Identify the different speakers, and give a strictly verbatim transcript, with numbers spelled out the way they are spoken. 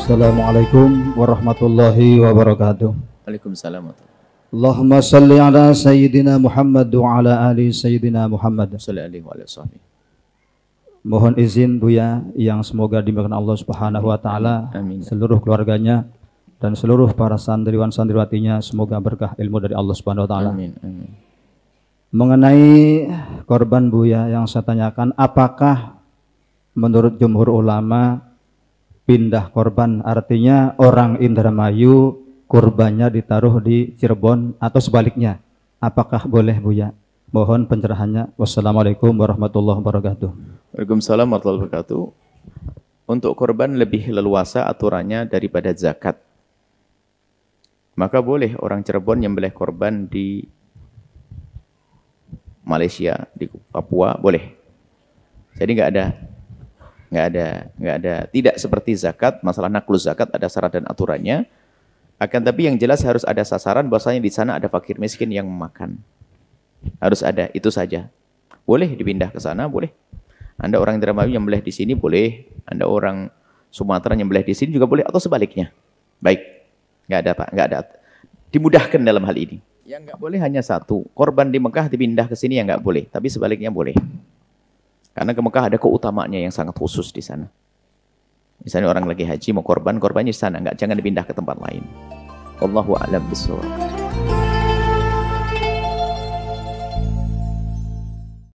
Speaker 1: Assalamualaikum warahmatullahi wabarakatuh.
Speaker 2: Waalaikumsalam.
Speaker 1: Allahumma salli ala sayyidina Muhammad wa ala ali sayyidina Muhammad.
Speaker 2: Sallallahu alaihi wasallam.
Speaker 1: Mohon izin Buya yang semoga dimuliakan Allah Subhanahu wa taala, seluruh keluarganya dan seluruh para santriwan santriwatinya semoga berkah ilmu dari Allah Subhanahu wa taala.
Speaker 2: Amin. Amin.
Speaker 1: Mengenai korban Buya yang saya tanyakan, apakah menurut jumhur ulama pindah korban artinya orang Indramayu kurbannya ditaruh di Cirebon atau sebaliknya? Apakah boleh Buya? Mohon pencerahannya. Wassalamualaikum warahmatullahi wabarakatuh.
Speaker 2: Waalaikumsalam warahmatullahi wabarakatuh. Untuk korban lebih leluasa aturannya daripada zakat. Maka boleh orang Cirebon nyembelih korban di Malaysia, di Papua, boleh. Jadi nggak ada nggak ada nggak ada tidak seperti zakat, masalah naklus zakat ada syarat dan aturannya. Akan tapi yang jelas harus ada sasaran bahwasanya di sana ada fakir miskin yang memakan. Harus ada, itu saja. Boleh dipindah ke sana, boleh. Anda orang Indramayu yang nyembelih di sini boleh, Anda orang Sumatera yang nyembelih di sini juga boleh, atau sebaliknya. Baik. Nggak ada Pak, nggak ada. Dimudahkan dalam hal ini. Yang nggak boleh hanya satu, korban di Mekah dipindah ke sini yang nggak boleh, tapi sebaliknya boleh. Karena ke Mekah ada keutamaannya yang sangat khusus di sana. Misalnya orang lagi haji mau korban, korbannya di sana, nggak, jangan dipindah ke tempat lain. Wallahu a'lam bishawab.